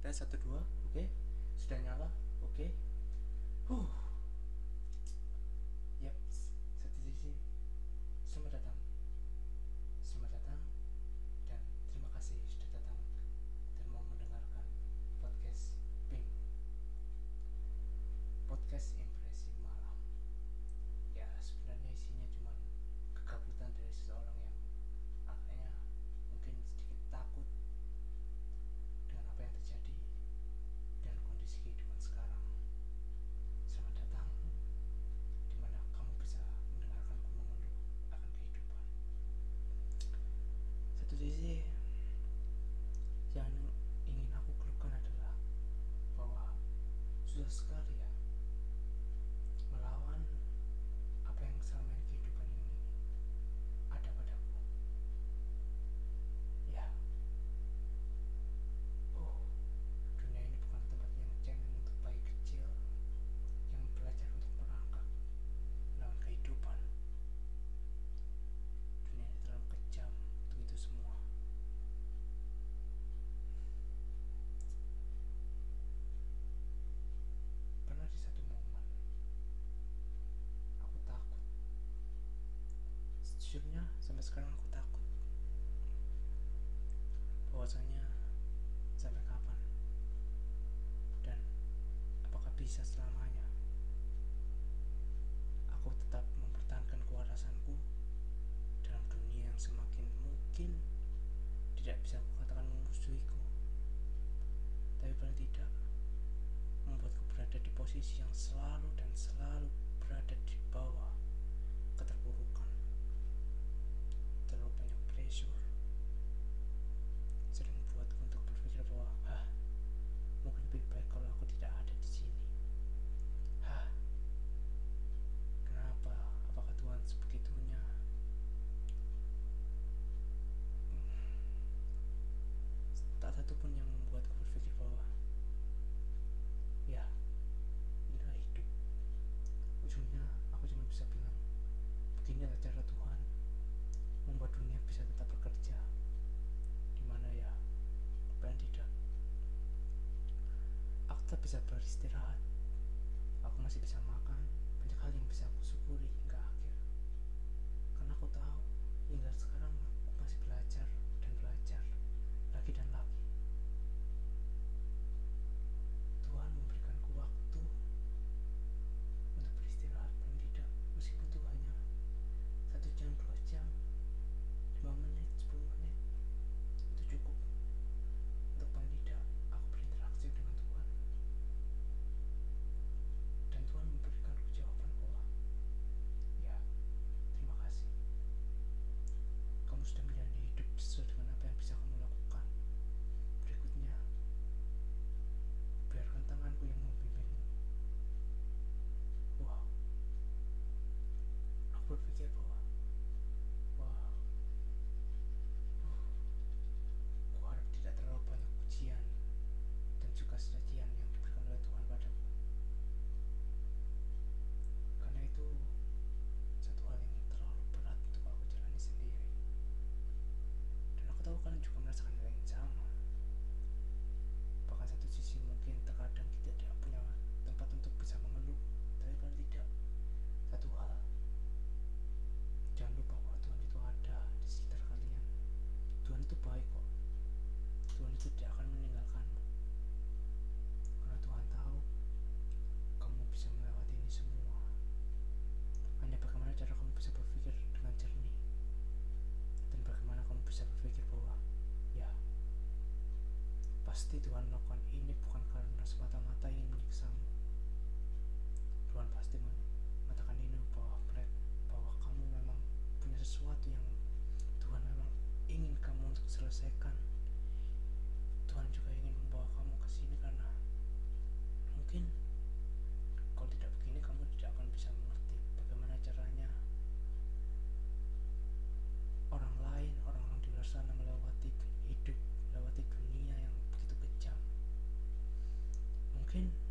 tes 1 2. Oke. Sudah nyala. Oke. Yap, satu sisi. Selamat datang. Selamat datang dan terima kasih sudah datang dan mau mendengarkan podcast Pink. Podcast impresi malam. Ya, sebenarnya isinya cuma kegabutan dari seseorang yang akhirnya mungkin sedikit takut dengan apa yang terjadi dan kondisi kehidupan sekarang. Selamat datang di mana kamu bisa mendengarkanku mengeluh akan kehidupan. Satu sisi yang ingin aku keluhkan adalah bahwa susah sekali ya melawan apa yang selama ini kehidupan ini ada padaku. Ya, dunia ini bukan tempat yang cengeng untuk bayi kecil yang belajar untuk merangkak melawan kehidupan. Dunia ini terlalu kejam untuk itu semua. Pernah di satu momen aku takut. Sejujurnya sampai sekarang aku takut. Bahwasanya sampai kapan dan apakah bisa selamanya aku tetap mempertahankan kewarasanku dalam dunia yang semakin mungkin tidak bisa aku katakan memusuhiku, tapi paling tidak membuatku berada di posisi yang selalu dan selalu berada di bawah keterpurukan. Terlalu banyak pressure sering membuatku untuk berpikir bahwa mungkin lebih baik kalau aku tidak ada di sini. Kenapa? Apakah Tuhan sebegitunya? Tak satu pun yang membuatku berpikir bahwa ya, inilah hidup. Ujungnya aku cuma bisa bilang, beginilah cara Tuhan membuat dunia bisa tetap bekerja, dimana ya paling tidak aku tetap bisa beristirahat, aku masih bisa makan, banyak hal yang bisa aku syukuri hingga akhir. Karena aku tahu hingga sekarang aku masih belajar dan belajar lagi dan lagi. Tuhan memberikanku waktu untuk beristirahat paling tidak, meskipun itu hanya 1 jam, 2 jam, 5 menit, 10 menit, itu cukup untuk paling tidak aku berinteraksi dengan Tuhan. Dan Tuhan memberikanku jawaban bahwa ya, terima kasih, kamu sudah menjalani hidup sesuai dengan apa yang bisa kamu lakukan. Berikutnya, biarkan tanganku yang membimbingmu. Wow, aku berpikir bahwa aku harap tidak terlalu banyak pujian dan juga sajian yang diberikan oleh Tuhan padaku. Karena itu satu hal yang terlalu berat untuk aku jalani sendiri. Dan aku tahu kalian juga merasakan hal yang sama. Bahkan satu sisi mungkin terkadang kita tidak punya tempat untuk bisa mengeluh, tapi paling tidak satu hal, jangan lupa bahwa Tuhan itu ada di sekitar kalian. Tuhan itu baik kok. Tuhan itu tidak akan meninggalkanmu. Karena Tuhan tahu kamu bisa melewati ini semua. Hanya bagaimana cara kamu bisa berpikir dengan jernih, dan bagaimana kamu bisa berpikir bahwa ya, pasti Tuhan melakukan ini bukan karena semata-mata ingin menyiksamu. Tuhan pasti mengatakan ini bahwa kamu memang punya sesuatu yang Tuhan memang ingin kamu untuk selesaikan. Tuhan juga ingin membawa kamu ke sini karena mungkin kalau tidak begini kamu tidak akan bisa mengerti bagaimana caranya orang lain, orang-orang di luar sana melewati hidup, melewati dunia yang begitu kejam. Mungkin